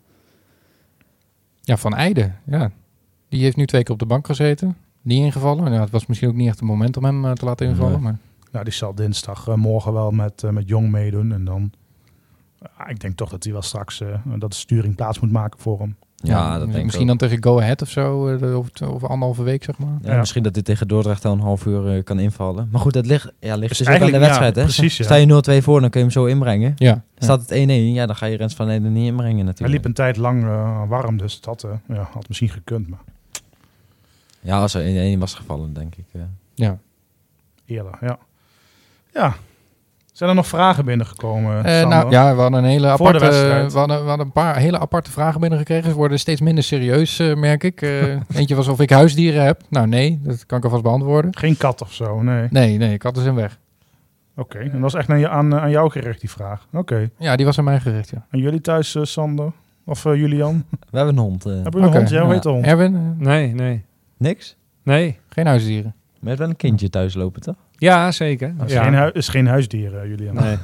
Ja, Van Eijden. Ja. Die heeft nu twee keer op de bank gezeten. Niet ingevallen. Ja, het was misschien ook niet echt een moment om hem uh, te laten invallen. Nee. Maar... Nou, die zal dinsdag uh, morgen wel met, uh, met Jong meedoen. En dan, uh, ik denk toch dat hij wel straks uh, dat de sturing plaats moet maken voor hem. Ja, dat denk ik misschien ook. dan tegen Go Ahead of zo, uh, over, over anderhalve week, zeg maar. Ja, Ja. Misschien dat dit tegen Dordrecht al een half uur uh, kan invallen. Maar goed, dat ligt, ja, ligt Dus dus ook aan de eigenlijk, wedstrijd. ja, hè? precies, ja. Sta je nul twee voor, dan kun je hem zo inbrengen. Ja. Staat het één één, ja, dan ga je Rens van Eijden niet inbrengen Hij natuurlijk. liep een tijd lang uh, warm, dus dat uh, ja, had misschien gekund. Maar Ja, als er één één was gevallen, denk ik. Uh. Ja. eerder, ja. Ja. Zijn er nog vragen binnengekomen, Uh, Sander? nou ja, we hadden een hele Voor de aparte, wedstrijd. we hadden, we hadden een paar hele aparte vragen binnengekregen. Ze worden steeds minder serieus, uh, merk ik. Uh, eentje was of ik huisdieren heb. Nou nee, dat kan ik alvast beantwoorden. Geen kat of zo, nee. Nee, nee, katten zijn weg. Oké, en dat is echt aan, je- aan, aan jou gericht, die vraag. Oké. Ja, die was aan mij gericht, ja. En jullie thuis, uh, Sander? Of uh, Julian? We hebben een hond. Uh. Hebben we een Oké, hond? Ja, hoe ja. heet de hond? Erwin, uh, Nee, nee. Niks? Nee. geen huisdieren. Maar je hebt wel een kindje thuis lopen, toch? Ja, zeker. Dat is, ja. geen, hui- is geen huisdier, uh, Julian. Nee.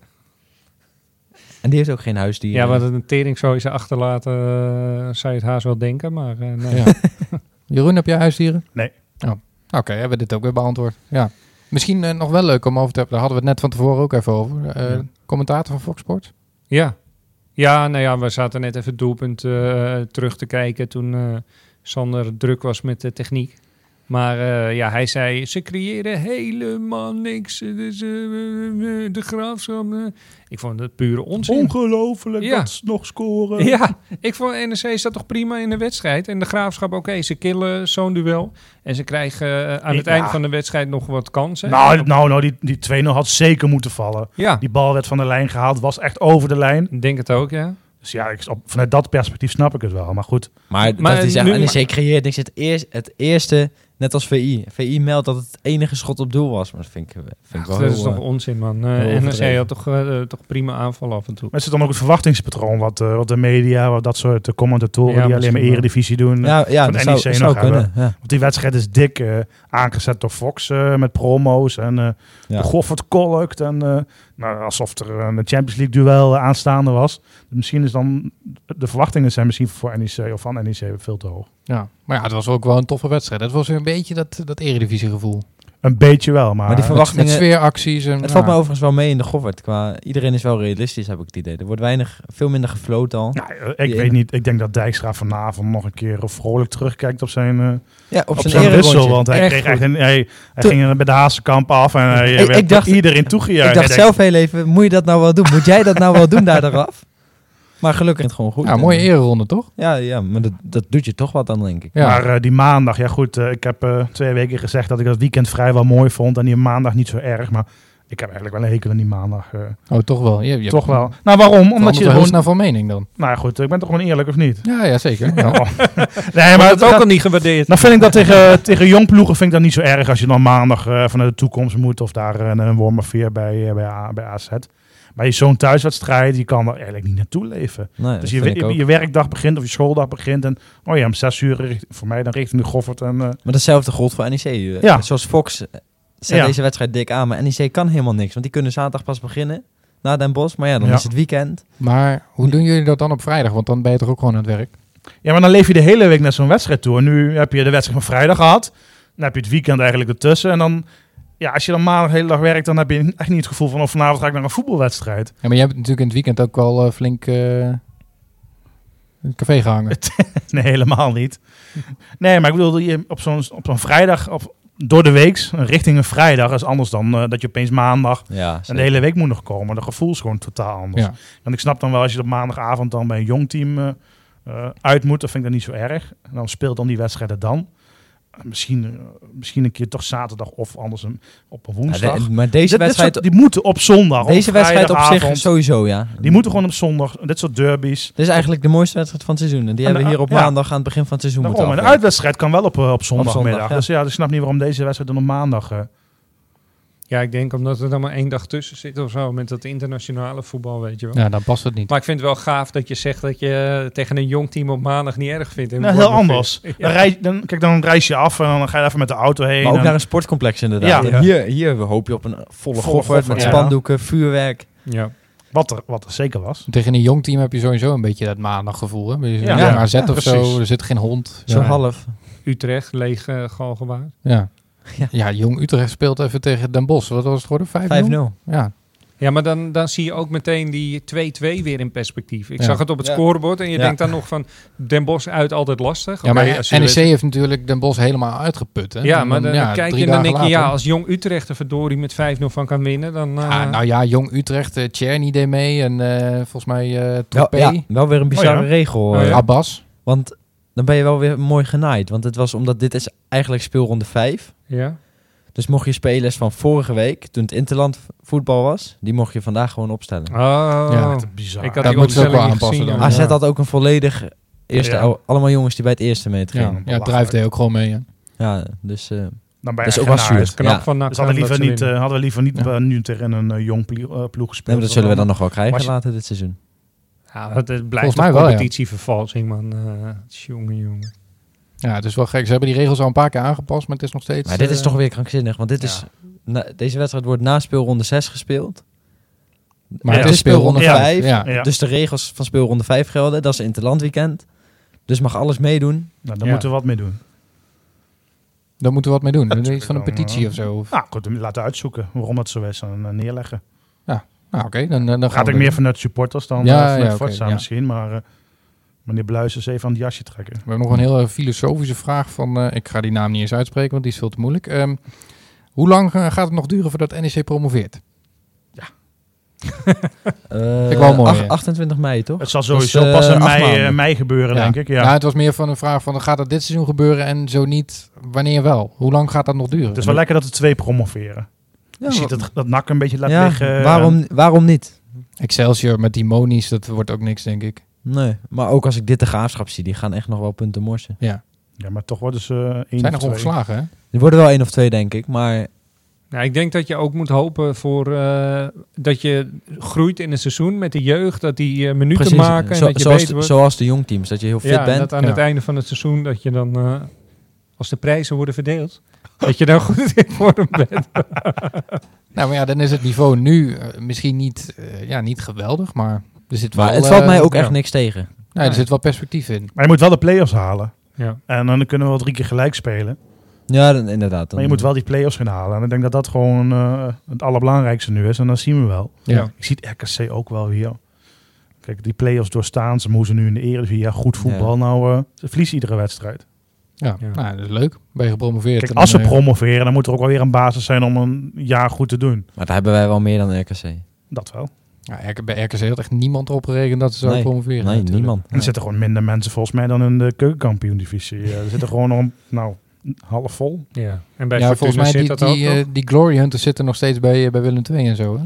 En die heeft ook geen huisdier. Ja, we hadden een teringzooi achterlaten, uh, zou je het haast wel denken, maar uh, nee. Ja. Jeroen, heb jij huisdieren? Nee. Oh. Oké, okay, hebben we dit ook weer beantwoord. Ja. Misschien uh, nog wel leuk om over te hebben. Daar hadden we het net van tevoren ook even over. Uh, Ja. Commentator van Fox Sports. Ja. Ja, nou ja, we zaten net even het doelpunt uh, terug te kijken toen uh, Sander druk was met de techniek. Maar uh, ja, hij zei, ze creëren helemaal niks. Dus, uh, uh, de Graafschap. Uh. Ik vond het pure onzin. Ongelooflijk Ja. dat ze nog scoren. Ja, ik vond N E C staat toch prima in de wedstrijd. En de Graafschap, oké, okay, ze killen zo'n duel. En ze krijgen uh, aan het Ja. eind van de wedstrijd nog wat kansen. Nou, nou, nou die, die twee nul had zeker moeten vallen. Ja, Die bal werd van de lijn gehaald, was echt over de lijn. ik denk het ook, ja. Dus ja, ik, op, vanuit dat perspectief snap ik het wel. Maar goed, Maar, Maar dat is echt, nu- N E C creëert niks. Het, eerst, het eerste, net als V I. V I meldt dat het het enige schot op doel was. Maar dat vind ik, vind ik wel dat heel... is toch uh, onzin, man. Uh, heel N E C overdreven. had toch, uh, toch prima aanval af en toe. maar is het dan ook het verwachtingspatroon wat, uh, wat de media, wat dat soort uh, commentatoren Ja, die alleen maar misschien wel. eredivisie doen. ja, ja van dat N E C zou, nog zou hebben. kunnen. Ja. Want die wedstrijd is dik uh, aangezet door Fox uh, met promo's en uh, Ja. de Goffert Kolkt. En uh, nou, alsof er een Champions League duel uh, aanstaande was. Misschien is dan, de verwachtingen zijn misschien voor N E C of van N E C veel te hoog. Ja. Maar ja, het was ook wel een toffe wedstrijd. Het was weer een beetje dat, dat eredivisiegevoel. Een beetje wel, maar... Maar die uh, verwacht- Met Verwachtingen- sfeeracties. En, Het valt me ja. overigens wel mee in de Goffert. Qua, iedereen is wel realistisch, heb ik het idee. Er wordt weinig, veel minder gefloten al. Nou, uh, ik Die weet ene- niet. Ik denk dat Dijkstra vanavond nog een keer vrolijk terugkijkt op zijn, uh, Ja, op, op zijn, zijn ererondje. wissel. Want hij, Echt kreeg goed. echt een, hij, hij Toen- ging er bij de Hazenkamp af en hij Ik- werd ik dacht- door iedereen toegejuicht. Ik dacht Hij zelf heel even, moet je dat nou wel doen? Moet jij dat nou wel doen daar eraf? Maar gelukkig is het gewoon goed. Ja, mooie ereronde, toch? Ja, ja, maar dat, dat doet je toch wat dan, denk ik. Ja. Maar uh, die maandag, ja goed, uh, ik heb uh, twee weken gezegd dat ik dat weekend vrij wel mooi vond. En die maandag niet zo erg, maar ik heb eigenlijk wel een hekel aan die maandag. Uh, Oh, toch wel. Je, je toch wel. Nou, waarom? Omdat Omdat je je heel gewoon... snel van mening dan. Nou ja, goed, ik ben toch gewoon eerlijk, of niet? Ja, ja zeker. Ja. Oh. nee, Maar maar dat het ook al niet gewaardeerd. Dan vind ik dat tegen, tegen jong ploegen vind ik dat niet zo erg als je dan maandag uh, vanuit de toekomst moet of daar uh, een Wormerveer bij, uh, bij, A, bij A Z. Maar je zo'n thuiswedstrijd, je kan er eigenlijk niet naartoe leven. Nee, Dus dat je, vind ik je, ook. je werkdag begint of je schooldag begint en oh ja, om zes uur richt- voor mij dan richting de Goffert. En, uh, Maar datzelfde gold voor N E C. uh, Ja. Zoals Fox uh, zet Ja. deze wedstrijd dik aan. Maar N E C kan helemaal niks. Want die kunnen zaterdag pas beginnen. Na Den Bosch. Maar ja, dan Ja. is het weekend. Maar hoe doen jullie dat dan op vrijdag? Want dan ben je toch ook gewoon aan het werk? ja, maar dan leef je de hele week naar zo'n wedstrijd toe. En nu heb je de wedstrijd van vrijdag gehad. Dan heb je het weekend eigenlijk ertussen. En dan, ja, als je dan maandag de hele dag werkt, dan heb je echt niet het gevoel van oh, vanavond ga ik naar een voetbalwedstrijd. Ja, maar je hebt natuurlijk in het weekend ook wel uh, flink uh, in het café gehangen. Nee, helemaal niet. Nee, maar ik bedoel, je op zo'n op zo'n vrijdag, op, door de week, richting een vrijdag, is anders dan uh, dat je opeens maandag Ja, en de hele week moet nog komen. De gevoel is gewoon totaal anders. Ja. Want ik snap dan wel, als je op maandagavond dan bij een jong team uh, uh, uit moet, dan vind ik dat niet zo erg. En dan speelt dan die wedstrijden dan. Uh, misschien, uh, misschien een keer toch zaterdag of anders een, op een Ja, woensdag. de- maar deze Dit- dit wedstrijd, soort- die moeten op zondag. deze op wedstrijd op zich vrijdagavond. sowieso, ja. Die moeten gewoon op zondag. Dit soort derbies. Dit is eigenlijk de mooiste wedstrijd van het seizoen. En die En hebben we de- hier op ja. maandag aan het begin van het seizoen Daarom, en moeten de afwerken. uitwedstrijd kan wel op, uh, op zondagmiddag. zondag, ja. Dus ja, dus ik snap niet waarom deze wedstrijd dan op maandag... Uh, Ja, ik denk omdat er dan maar één dag tussen zit of zo met dat internationale voetbal, weet je wel. Ja, dan past het niet. Maar ik vind het wel gaaf dat je zegt dat je tegen een jong team op maandag niet erg vindt. en Nou, wordt heel nog anders. fit. Dan rij, dan, kijk, dan reis je af en dan ga je even met de auto heen. Maar ook en- naar een sportcomplex inderdaad. Ja. En hier, hier hoop je op een volle, Volle goffert met goffert, ja. spandoeken, vuurwerk. Ja. wat, er, wat er zeker was. Tegen een jong team heb je sowieso een beetje dat maandaggevoel. Hè? Je Ja. ja, Ja, A Z ja, of precies. zo, er zit geen hond. Zo Ja. half. Utrecht, leeg uh, Galgenwaard. Ja. Ja. Ja. Jong Utrecht speelt even tegen Den Bosch. Wat was het geworden? vijf nul? vijf nul. Ja. Ja, maar dan, dan zie je ook meteen die twee-twee weer in perspectief. Ik Ja. zag het op het Ja. scorebord en je Ja. denkt dan nog van Den Bosch uit altijd lastig. Ja, Oké, maar als je N E C de wedstrijd- heeft natuurlijk Den Bosch helemaal uitgeput. Hè? Ja, En maar dan, ja, kijk drie je en dan dagen denk je, ja, later- als Jong Utrecht er verdorie met vijf nul van kan winnen, dan... uh, Ja, nou ja, Jong Utrecht, uh, Tjerni deed mee en uh, volgens mij uh, Wel, Tropé, ja, wel weer een bizarre Oh ja. regel. Oh eh. ja. Abbas. Want dan ben je wel weer mooi genaaid. Want het was omdat dit is eigenlijk speelronde vijf. ja. Dus mocht je spelers van vorige week, toen het interland voetbal was, die mocht je vandaag gewoon opstellen. Oh, Ja, Bizar. ik had Dat die moeten ze ook wel opstelling niet aanpassen gezien, dan. ja. A Z Ja. had ook een volledig eerste, Ja. al- allemaal jongens die bij het eerste mee Ja, trainen. ja belachelijk. Druif deed ook gewoon mee. Hè? Ja, dus eh Dan ben dat je is ook echt wel genaaid. zuur. Knap Ja. van NAC Dus hadden, dat liever ze niet, winnen. eh, hadden we liever niet Ja. uh, nu tegen een uh, jong ploeg, uh, ploeg gespeeld. nee, maar dat zullen we dan nog wel Maar krijgen als je- later dit seizoen. Ja, het, het blijft Volgens toch mij wel, ja. competitievervalsing, man. Uh, jongen, jongen. Ja, het is wel gek. Ze hebben die regels al een paar keer aangepast, maar het is nog steeds... Maar dit is eh, toch weer krankzinnig, want dit ja. is, na, deze wedstrijd wordt na speelronde zes gespeeld. Maar Ja. het is speelronde Ja. vijf. Ja. Ja. Dus de regels van speelronde vijf gelden, dat is interlandweekend. Dus mag alles meedoen. Nou, daar Ja. moeten we wat mee doen. Daar moeten we wat mee doen. Dat Iets van een dan, petitie uh, of zo. Of- Nou, goed, laten uitzoeken waarom dat zo is en uh, neerleggen. Nou, oké, dan, dan gaan Gaat we ik meer vanuit supporters dan Ja, uh, vanuit ja, oké, Forza ja. misschien, maar uh, meneer Bluis is even aan het jasje trekken. We hebben nog een hele filosofische vraag van... eh, ik ga die naam niet eens uitspreken, want die is veel te moeilijk. Ehm, hoe lang eh, gaat het nog duren voordat N E C promoveert? Uh, ik wel mooi, ach- hè? achtentwintig mei, toch? Het zal Dus, sowieso eh, pas in acht mei, maanden. uh, mei gebeuren, denk ik. Ja. Nou, het was meer van een vraag van... gaat dat dit seizoen gebeuren en zo niet, wanneer wel? Hoe lang gaat dat nog duren? Het is wel lekker dat er twee promoveren. Ja, Je ziet dat, dat N A C een beetje laat ja, liggen. waarom, waarom niet? Excelsior met die Monies, dat wordt ook niks, denk ik. Nee, maar ook als ik dit de Graafschap zie, die gaan echt nog wel punten morsen. Ja. Ja, maar toch worden ze uh, één Zijn of nog twee. ongeslagen, hè? Er worden wel één of twee, denk ik. Maar Nou, ik denk dat je ook moet hopen voor uh, dat je groeit in een seizoen met de jeugd, dat die uh, minuten precies, maken en zo- dat je zoals, beter de, wordt. zoals de jongteams, dat je heel fit ja, en bent. dat aan Ja. het einde van het seizoen dat je dan, uh, als de prijzen worden verdeeld, dat je dan goed in vorm bent. Nou, maar ja, dan is het niveau nu uh, misschien niet, uh, ja, niet geweldig, maar er zit wel... Maar het valt uh, mij ook ja. echt niks tegen. Nee, er zit wel perspectief in. Maar je moet wel de play-offs halen. Ja. En dan kunnen we wel drie keer gelijk spelen. Ja, dan, inderdaad. Dan, Maar je moet wel die play-offs gaan halen. En ik denk dat dat gewoon uh, het allerbelangrijkste nu is. En dan zien we wel. Ja. Ik zie het R K C ook wel hier. Kijk, die play-offs doorstaan. Ze moeten nu in de Eredivisie. Ja, goed voetbal. Ja. Nou, uh, ze verliezen iedere wedstrijd. Ja, Ja. Nou, dat is leuk. Ben je gepromoveerd. Kijk, en als ze dan, uh, promoveren, dan moet er ook wel weer een basis zijn om een jaar goed te doen. Maar daar hebben wij wel meer dan R K C. Dat wel. ja, R- bij R K C had echt niemand erop gerekend dat ze zouden Nee. promoveren. Nee, natuurlijk. niemand. En er zitten gewoon minder mensen volgens mij dan in de keukenkampioen-divisie. Uh, er zitten gewoon nog een, nou, half vol. Ja. En bij Ja, Fortuna volgens mij zit die, dat die, ook eh, toch? die Glory Hunters zitten nog steeds bij, bij Willem twee en zo. Hè? En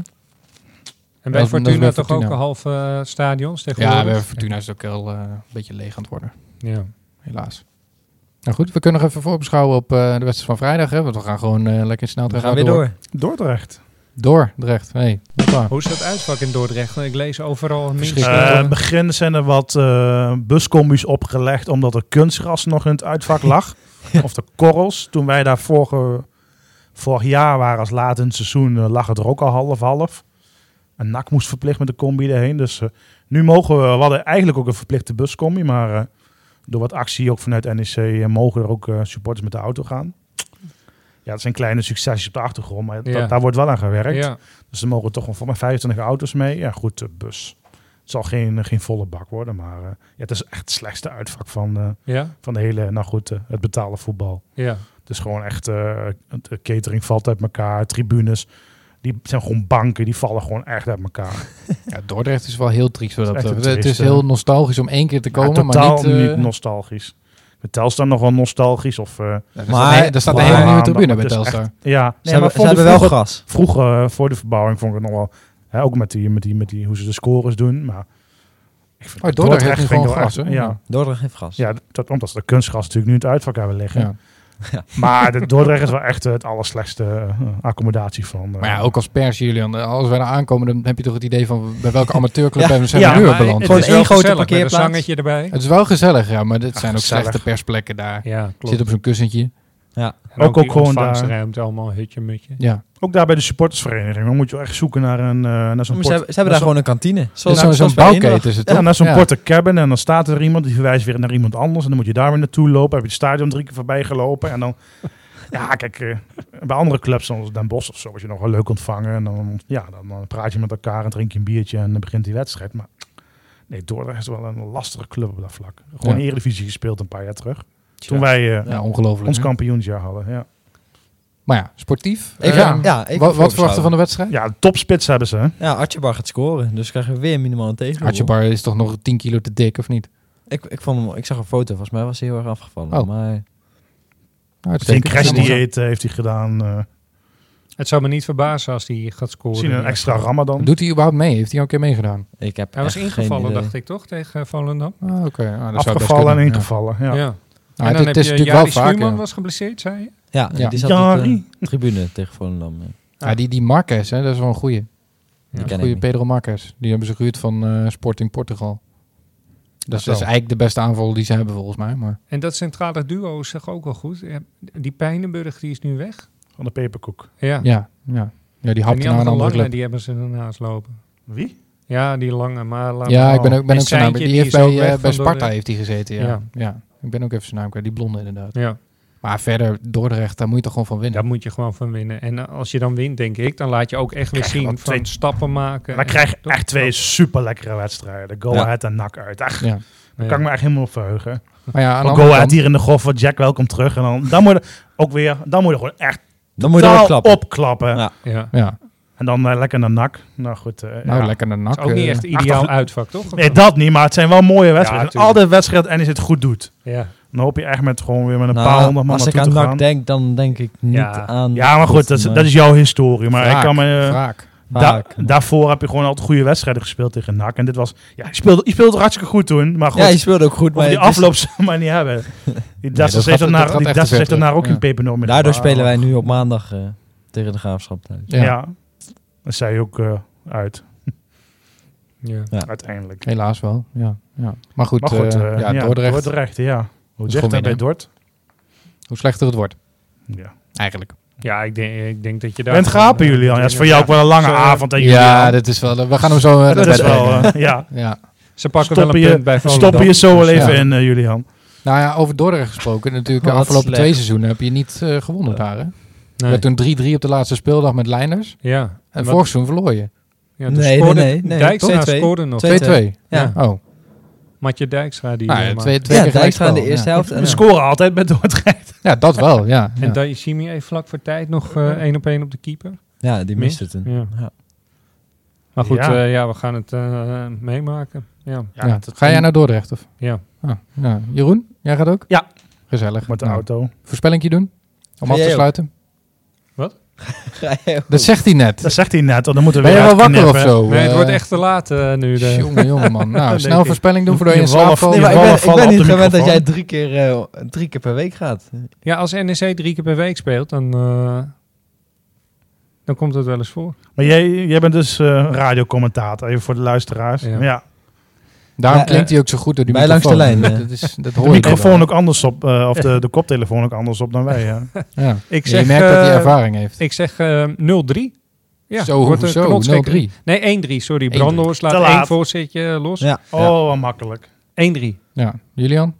bij dat is- dat is Fortuna bij toch Fortuna. ook een half uh, stadions Ja, tegenwoordig? bij Fortuna is het ook wel uh, een beetje leeg aan het worden. Ja. Helaas. Nou goed, we kunnen nog even voorbeschouwen op uh, de wedstrijd van vrijdag. Hè, want we gaan gewoon uh, lekker snel We terug gaan weer door. Dordrecht. Door, Drecht. Hey, hoppa. Hoe is dat uitvak in Dordrecht? Ik lees overal minstens. Verschrikkelijk. Uh, toch? in het begin zijn er wat uh, buscombi's opgelegd omdat er kunstgras nog in het uitvak lag. Of de korrels. Toen wij daar vorige, vorig jaar waren als laat in het seizoen uh, lag het er ook al half-half. En N A C moest verplicht met de combi erheen. Dus uh, nu mogen we, we hadden eigenlijk ook een verplichte buscombi. Maar uh, door wat actie ook vanuit N E C uh, mogen er ook uh, supporters met de auto gaan. Ja, dat zijn kleine succesjes op de achtergrond. Maar Ja. dat, daar wordt wel aan gewerkt. Ja. Dus er mogen toch wel voor mij vijfentwintig auto's mee. Ja, goed, de bus. Het zal geen, geen volle bak worden, maar uh, ja, het is echt het slechtste uitvak van, uh, Ja. van de hele, nou goed, uh, het betaalde voetbal. Ja. Het is gewoon echt, uh, de catering valt uit elkaar, tribunes, die zijn gewoon banken, die vallen gewoon echt uit elkaar. Ja, Dordrecht is wel heel triest. Wat dat Het is echt betreft. een Het is trieste- heel nostalgisch om één keer te komen, Ja, totaal maar niet... uh, niet nostalgisch. Met Telstar nog wel nostalgisch of... Uh, ja, er Maar- staat een- er staat een maar- hele nieuwe maar tribune bij het is Telstar. echt- ja, Ze nee, hebben, maar ze voor de hebben wel vroeger, gras. vroeger uh, voor de verbouwing vond ik het nog wel, hè, ook met die, met die, met die, hoe ze de scores doen, maar... Ik vind Oh, Dordrecht heeft nu vind ik gewoon wel gras, echt- hè? Ja, Dordrecht heeft gras. Ja, dat, omdat ze de kunstgras natuurlijk nu in het uitvak hebben liggen. Ja. Maar de Dordrecht is wel echt het allerslechtste uh, accommodatie van. Uh, Maar ja, ook als pers, Julian, als wij daar aankomen, dan heb je toch het idee van bij welke amateurclub Ja. zijn Ja, we nu maar beland. het Gewoon is één wel grote gezellig met een parkeerplaats. zangetje erbij. Het is wel gezellig, ja, maar dit Ach, zijn ook gezellig. slechte persplekken daar. Ja, Zit klopt. op zo'n kussentje. Ja. En Ook- ook die gewoon ontvangstruimte, allemaal hutje mutje. Ja. Ook daar bij de supportersvereniging. Dan moet je wel echt zoeken naar, een, uh, naar zo'n Maar ze port- hebben, ze hebben naar daar zo'n- gewoon een kantine. Dit Zoals, is zo'n zo'n zoals bij bouwketen Eendhoven. is het Ja, toch? naar zo'n Ja. porter cabin en dan staat er iemand die verwijst weer naar iemand anders en dan moet je daar weer naartoe lopen. Heb je het stadion drie keer voorbij gelopen en dan, ja kijk, uh, bij andere clubs zoals Den Bosch of zo, word je nog wel leuk ontvangen en dan, ja, dan, dan praat je met elkaar en drink je een biertje en dan begint die wedstrijd. Maar nee, Dordrecht is wel een lastige club op dat vlak. Gewoon Ja. Eredivisie gespeeld een paar jaar terug. Toen wij uh, Ja, ongelooflijk. ons hè? kampioensjaar hadden. Ja, Maar ja, sportief. Even, Eh, ja, even wat, wat verwachten voorbeschouwen. van de wedstrijd? ja topspits hebben ze. Hè? Ja, Atjebar gaat scoren. Dus krijgen we weer minimaal een tegengoal. Atjebar is toch nog tien kilo te dik, of niet? Ik, ik, vond hem, ik zag een foto. Volgens mij was hij heel erg afgevallen. Oh. Maar Nou, Geen uitstekend. crashdieet uh, heeft hij gedaan. Uh, Het zou me niet verbazen als hij gaat scoren. misschien een extra ramadan. Doet hij überhaupt mee? Heeft hij al een keer meegedaan? ik heb Hij was echt ingevallen, geen idee. dacht ik toch, tegen Volendam? Ah, oké. Ah, dat zou best Afgevallen en kunnen, ja. ingevallen. Ja. Ja. Nou, en het, dan het heb is je natuurlijk Jari wel vaak. Schuurman Ja. was geblesseerd, zei je? Ja, Ja. die zat op Jari. de tribune tegen Volendam. Ja. Ja, die, die Marquez, hè, dat is wel een goeie. Die Die ken ik goeie niet. Pedro Marquez. Die hebben ze gehuurd van eh Sporting Portugal. Dus zo. dat is eigenlijk de beste aanval die ze hebben volgens mij. Maar En dat centrale duo is toch ook wel goed. Ja, die Pijnenburg, die is nu weg. Van de peperkoek. Ja. ja, ja. ja die En hapte die naar een andere andere lange, club. die hebben ze ernaast lopen. Wie? Ja, die lange, maar... laat Ja, maar- ik ben ook, ben En ook zijn naam. Seintje, Die die heeft is ook bij, weg eh, van bij Sparta Dordrecht. heeft hij gezeten. Ja. Ja. Ja. Ik ben ook even zijn naam kwijt. Die blonde inderdaad. Ja, Maar verder, Dordrecht, daar moet je toch gewoon van winnen. daar moet je gewoon van winnen. En eh, als je dan wint, denk ik, dan laat je ook echt weer Krijg je zien wel van twee- stappen maken. Dan En krijg je toch- echt twee super lekkere wedstrijden. Go Ja. Ahead en N A C uit. Echt, Ja. daar Ja. kan ik me echt helemaal op verheugen. Maar ja, aan de Ook andere Go Ahead kant, hier in de Goffert. Jack, welkom terug. En dan, dan moet je ook weer, dan moet je gewoon echt Dan moet je totaal erop klappen. opklappen. Ja. Ja. ja, En dan uh, lekker naar N A C. Nou goed. uh, nou ja. lekker naar nak. Dat is ook niet eh, echt ideaal toch- uitvak, toch? Nee, dat niet. Maar het zijn wel mooie wedstrijden. Ja, Het zijn altijd wedstrijden en is het goed doet. Ja. Dan hoop je echt met gewoon weer met een Nou, paar honderd man als ik naartoe aan te N A gaan. C denk, dan denk ik niet Ja. aan... Ja, maar goed, dat is, dat is jouw historie. Maar wraak, ik kan me... uh, wraak. Da- vaak. daarvoor heb je gewoon altijd goede wedstrijden gespeeld tegen N A C. En dit was... Ja, je speelde, je speelde hartstikke goed toen. Maar goed, Ja, je speelde ook goed. over Maar die het is- afloop zou je maar niet hebben. Die dat Dessers gaat- heeft dat daarna gaat die echt te Dessers ver heeft daarna terug. ook Ja. een pepernoot met Daardoor de spelen wij bal. nu op maandag uh, tegen de Graafschap thuis. Ja. Ja. Dat zei je ook uh, uit, Ja. Ja. uiteindelijk. Helaas wel, ja. ja. Maar goed, Maar goed, eh, uh, ja, ja, Dordrecht, Dordrecht, ja. Hoe gewoon dichter bij winnen. Dort. hoe slechter het wordt, Ja. eigenlijk. Ja, ik denk, ik denk dat je daar... Bent gapen, gewoon, eh, Julian. Ja, dat is voor jou ook wel een lange Zo, avond. Hè, Ja, Julian? dit is wel, we gaan hem zo... eh, dat naar is bed wel... brengen. uh, ja. ja. Ze pakken Stoppen wel een je, punt bij stoppen Volendam. je zo wel Dus, even ja. in, uh, Julian. Nou ja, over Dordrecht gesproken. Natuurlijk, de Wat afgelopen slecht. twee seizoenen heb je niet eh, gewonnen daar. Hè? Nee. Met toen drie drie op de laatste speeldag met Leinders. Ja. En Wat- vorig seizoen verloor je. Ja, toen Nee, scoorde nee, nee, nee. Dijkstra twee twee. scoorde nog. Twee- twee twee. Ja. Oh, Matje Dijkstra die... nou, eh, ja, maakte. twee, twee Ja, keer gelijk Dijkstra in de spel, eerste ja. helft. En We scoren altijd met Dordrecht. Ja, dat wel, ja. En ja. Daishimi even vlak voor tijd nog eh, één op één op de keeper. Ja, die miste het. Ja. Ja. Maar goed, Ja. ja, ja we gaan het eh, meemaken. Ja. Ja, Ja. dat- Ga jij naar Dordrecht? Of? Ja. Ah, ja. Jeroen, jij gaat ook? Ja. Gezellig. Met de Nou, auto. voorspellingje doen? Om Ga af te jij ook? sluiten? Ga je ook? Dat zegt hij net. Dat zegt hij net. Want dan moeten we Ben je weer wel wakker of uitknippen. zo? Nee, het Eh, wordt echt te laat eh, nu. De... Jongen, jongen man. Nou, Denk snel ik. voorspelling doen voordat je in Je slaap vallen- valt. Nee, maar ik vallen- ben, ik vallen ben op niet de gewend dat microfoon. jij drie keer, eh, drie keer per week gaat. Ja, als N E C drie keer per week speelt, dan, eh, dan komt het wel eens voor. Maar jij, jij bent dus uh, radiocommentator, even voor de luisteraars. Ja. Ja. Daarom Ja, klinkt eh, hij ook zo goed door die bij langs de microfoon. lijn, eh. Dat, is, dat De hoor je microfoon wel. ook anders op, uh, of de, de koptelefoon ook anders op dan wij. Ja. Ja. Ik Je zeg, merkt dat hij eh, ervaring heeft. Ik zeg eh, nul drie. Ja, zo, wordt een zo, knotsgek. nul drie. Nee, één drie, sorry. één drie. Brandhorst laat Te één laat. voorzetje los. Ja. Oh, wat makkelijk. één drie. Ja. Julian?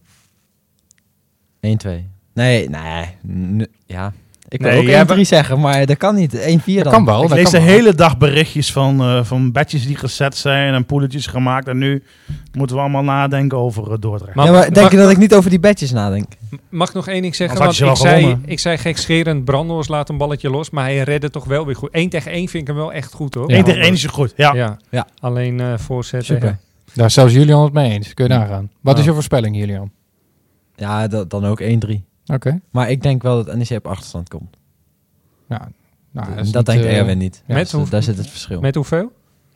één twee. Nee, nee. n- ja. Ik wil Nee, ook jij één be- drie zeggen, maar dat kan niet. één vier Dat dan. kan wel. Ik dat lees kan de wel. hele dag berichtjes van, uh, van bedjes die gezet zijn en poeletjes gemaakt. En nu moeten we allemaal nadenken over uh, Dordrecht. Maar- Ja, maar denk mag- je dat ik niet over die bedjes nadenk? Mag ik nog één ding zeggen? Anders Want had ik je ze wel zei, gewonnen. ik zei gekscherend, Brandhorst laat een balletje los, maar hij redde toch wel weer goed. één tegen één vind ik hem wel echt goed, hoor. Ja. Eén tegen één is je goed. Ja. Ja. Ja. Alleen uh, voorzetten. Super. ja. Daar is zelfs Julian het mee eens. Kun je nagaan. Wat Ja. is je voorspelling, Julian? Ja, dat, dan ook één drie. Oké. Maar ik denk wel dat N E C op achterstand komt. Ja. Nou, dat is dat niet, denkt eh, Erwin niet. ja, Dus met hoe- daar zit het verschil. Met hoeveel?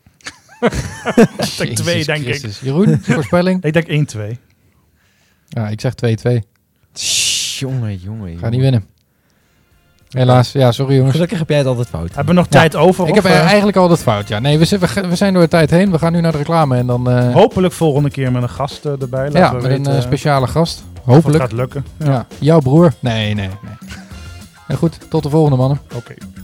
Ik denk twee, Jezus denk ik. Christus. Jeroen, voorspelling? Ik denk één twee. Ja, ik zeg twee twee. Jongen, jongen. Ga niet winnen. Helaas. Ja, sorry jongens. Gelukkig heb jij het altijd fout. Hebben we nog Ja. tijd over? Ik of, heb eh, eigenlijk al dat fout. Ja, nee, we, zi- we, ga- we zijn door de tijd heen. We gaan nu naar de reclame en dan... eh, hopelijk volgende keer met een gast eh, erbij. Laten ja, we met weten, een eh, eh, speciale gast. of het Hopelijk. gaat lukken. Ja. Jouw broer. Nee, nee, nee. En goed, tot de volgende mannen. Oké.